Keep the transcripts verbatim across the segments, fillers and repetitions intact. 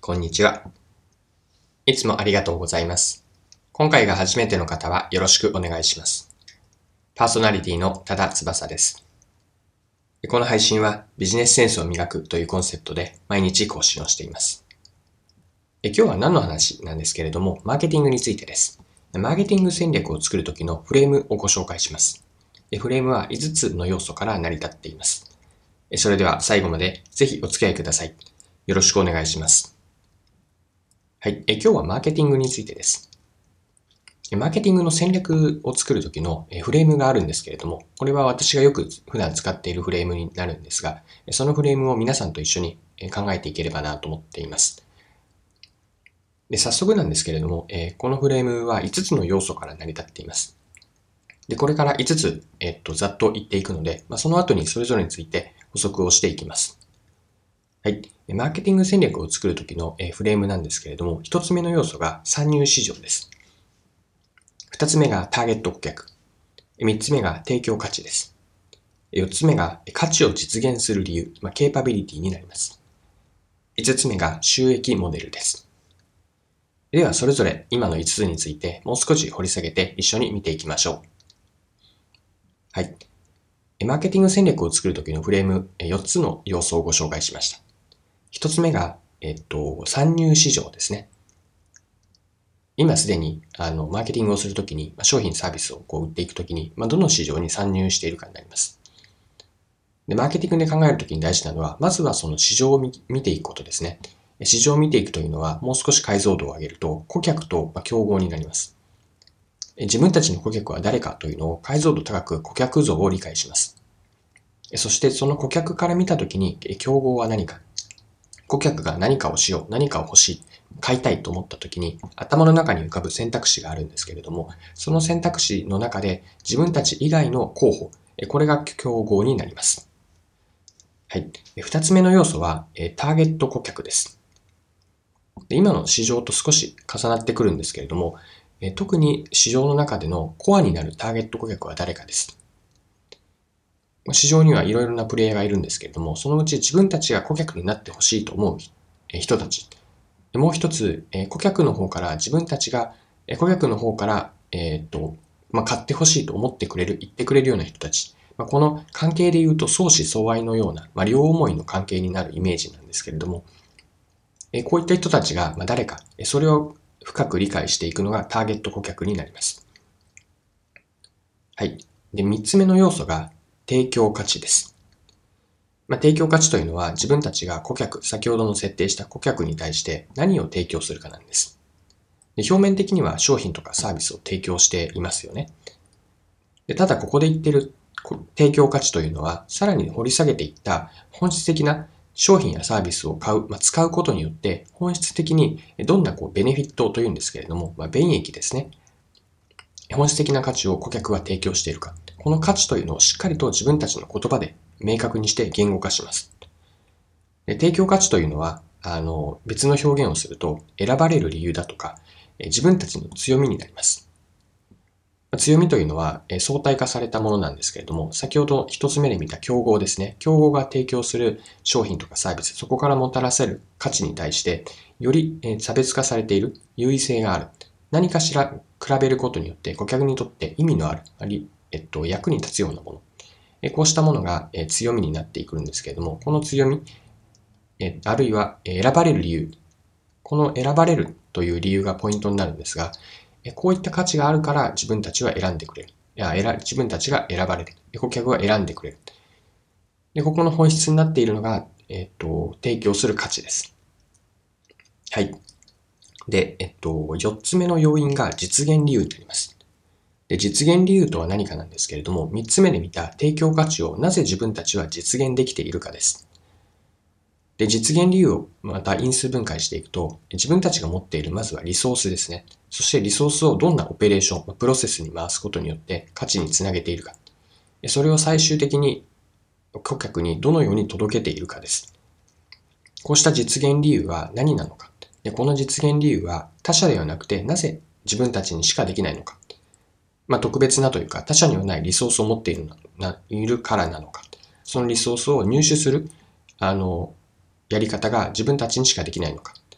こんにちは。いつもありがとうございます。今回が初めての方はよろしくお願いします。パーソナリティの多田翼です。この配信はビジネスセンスを磨くというコンセプトで毎日更新をしています。今日は何の話なんですけれども、マーケティングについてです。マーケティング戦略を作るときのフレームをご紹介します。フレームはいつつの要素から成り立っています。それでは最後までぜひお付き合いください。よろしくお願いします。はい。え今日はマーケティングについてです。マーケティングの戦略を作るときのフレームがあるんですけれども、これは私がよく普段使っているフレームになるんですが、そのフレームを皆さんと一緒に考えていければなと思っています。で、早速なんですけれども、このフレームはいつつの要素から成り立っています。で、これからいつつ、えっと、ざっと言っていくので、まあ、その後にそれぞれについて補足をしていきます。はい。マーケティング戦略を作るときのフレームなんですけれども、一つ目の要素が参入市場です。二つ目がターゲット顧客。三つ目が提供価値です。四つ目が価値を実現する理由、まあ、ケーパビリティになります。五つ目が収益モデルです。では、それぞれ今の五つについてもう少し掘り下げて一緒に見ていきましょう。はい。マーケティング戦略を作るときのフレーム、よっつの要素をご紹介しました。一つ目が、えっと、参入市場ですね。今すでに、あの、マーケティングをするときに、商品サービスをこう売っていくときに、まあ、どの市場に参入しているかになります。で、マーケティングで考えるときに大事なのは、まずはその市場を見ていくことですね。市場を見ていくというのは、もう少し解像度を上げると、顧客と競合になります。自分たちの顧客は誰かというのを解像度高く顧客像を理解します。そしてその顧客から見たときに、競合は何か。顧客が何かをしよう、何かを欲しい、買いたいと思った時に頭の中に浮かぶ選択肢があるんですけれども、その選択肢の中で自分たち以外の候補、これが競合になります。はい。二つ目の要素はターゲット顧客です。今の市場と少し重なってくるんですけれども、特に市場の中でのコアになるターゲット顧客は誰かです。市場にはいろいろなプレイヤーがいるんですけれども、そのうち自分たちが顧客になってほしいと思う人たち。もう一つ、顧客の方から自分たちが、顧客の方から、えっと、まあ、買ってほしいと思ってくれる、言ってくれるような人たち。まあ、この関係で言うと相思相愛のような、まあ、両思いの関係になるイメージなんですけれども、こういった人たちが誰か、それを深く理解していくのがターゲット顧客になります。はい。で、三つ目の要素が、提供価値です。まあ、提供価値というのは自分たちが顧客、先ほどの設定した顧客に対して何を提供するかなんです。で、表面的には商品とかサービスを提供していますよね。で、ただここで言っている提供価値というのはさらに掘り下げていった本質的な商品やサービスを買う、まあ、使うことによって本質的にどんなこうベネフィットというんですけれども、まあ、便益ですね。本質的な価値を顧客は提供しているか。この価値というのをしっかりと自分たちの言葉で明確にして言語化します。で、提供価値というのは、あの、別の表現をすると、選ばれる理由だとか、自分たちの強みになります。強みというのは相対化されたものなんですけれども、先ほど一つ目で見た競合ですね。競合が提供する商品とかサービス、そこからもたらせる価値に対して、より差別化されている優位性がある。何かしら比べることによって顧客にとって意味のある、あり、えっと、役に立つようなもの。こうしたものが強みになっていくんですけれども、この強み、あるいは選ばれる理由。この選ばれるという理由がポイントになるんですが、こういった価値があるから自分たちは選んでくれる。いや自分たちが選ばれる。顧客は選んでくれる。で、ここの本質になっているのが、えっと、提供する価値です。はい。で、えっと、四つ目の要因が実現理由になります。で、実現理由とは何かなんですけれども、三つ目で見た提供価値をなぜ自分たちは実現できているかです。で、実現理由をまた因数分解していくと、自分たちが持っているまずはリソースですね。そしてリソースをどんなオペレーション、プロセスに回すことによって価値につなげているか。それを最終的に顧客にどのように届けているかです。こうした実現理由は何なのか。でこの実現理由は他社ではなくてなぜ自分たちにしかできないのか。まあ、特別なというか他社にはないリソースを持っているな、いるからなのか。そのリソースを入手する、あの、やり方が自分たちにしかできないのか。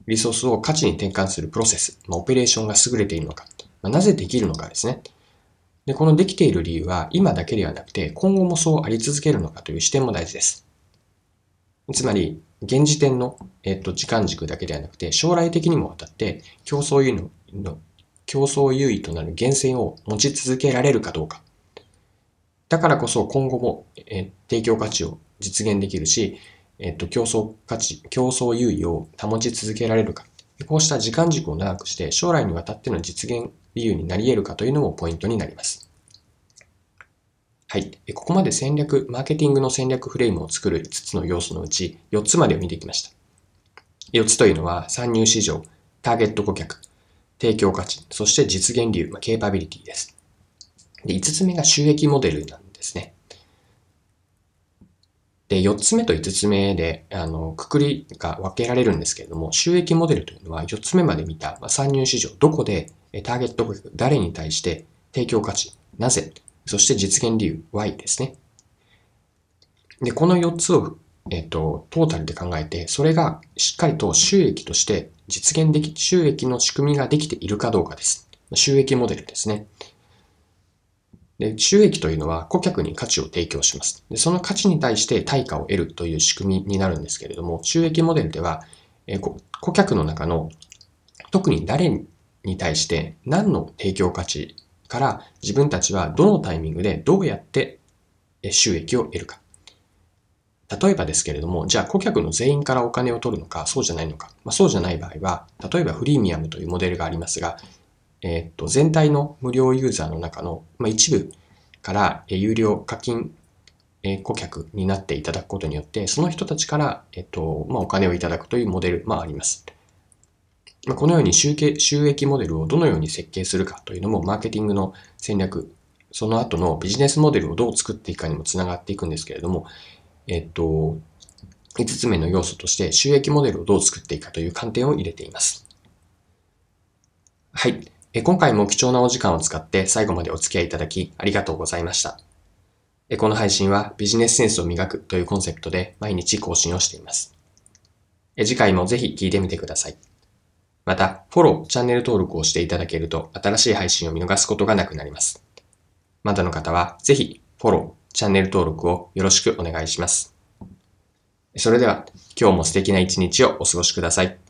リソースを価値に転換するプロセス、まあ、オペレーションが優れているのか、まあ、なぜできるのかですね。で、このできている理由は今だけではなくて今後もそうあり続けるのかという視点も大事です。つまり、現時点の、えっと、時間軸だけではなくて将来的にもわたって競争優位の、競争優位となる源泉を持ち続けられるかどうか。だからこそ今後も、えー、提供価値を実現できるし、えっと、競争価値、競争優位を保ち続けられるか。こうした時間軸を長くして将来にわたっての実現理由になり得るかというのもポイントになります。はい。ここまで戦略、マーケティングの戦略フレームを作るいつつの要素のうちよっつまでを見てきました。よっつというのは参入市場、ターゲット顧客、提供価値、そして実現理由、ケーパビリティです。で、いつつめが収益モデルなんですね。で、よっつめといつつめで、あの、くくりが分けられるんですけれども、収益モデルというのはよっつめまで見た、まあ、参入市場、どこでターゲット顧客、誰に対して提供価値、なぜ、そして実現理由、Y ですね。で、このよっつを、えっと、トータルで考えて、それがしっかりと収益として実現でき、収益の仕組みができているかどうかです。収益モデルですね。で、収益というのは顧客に価値を提供します。で、その価値に対して対価を得るという仕組みになるんですけれども、収益モデルでは、え顧客の中の特に誰に対して何の提供価値から自分たちはどのタイミングでどうやって収益を得るか。例えばですけれども、じゃあ顧客の全員からお金を取るのか、そうじゃないのか。まあ、そうじゃない場合は、例えばフリーミアムというモデルがありますが、えー、っと全体の無料ユーザーの中の、まあ、一部から有料課金顧客になっていただくことによって、その人たちから、えっとまあ、お金をいただくというモデルもあります。まあ、このように収益、収益モデルをどのように設計するかというのもマーケティングの戦略、その後のビジネスモデルをどう作っていくかにもつながっていくんですけれども、えっと、いつつめの要素として収益モデルをどう作っていくかという観点を入れています。はい。今回も貴重なお時間を使って最後までお付き合いいただきありがとうございました。この配信はビジネスセンスを磨くというコンセプトで毎日更新をしています。次回もぜひ聞いてみてください。また、フォロー、チャンネル登録をしていただけると新しい配信を見逃すことがなくなります。まだの方はぜひフォロー、チャンネル登録をよろしくお願いします。それでは今日も素敵な一日をお過ごしください。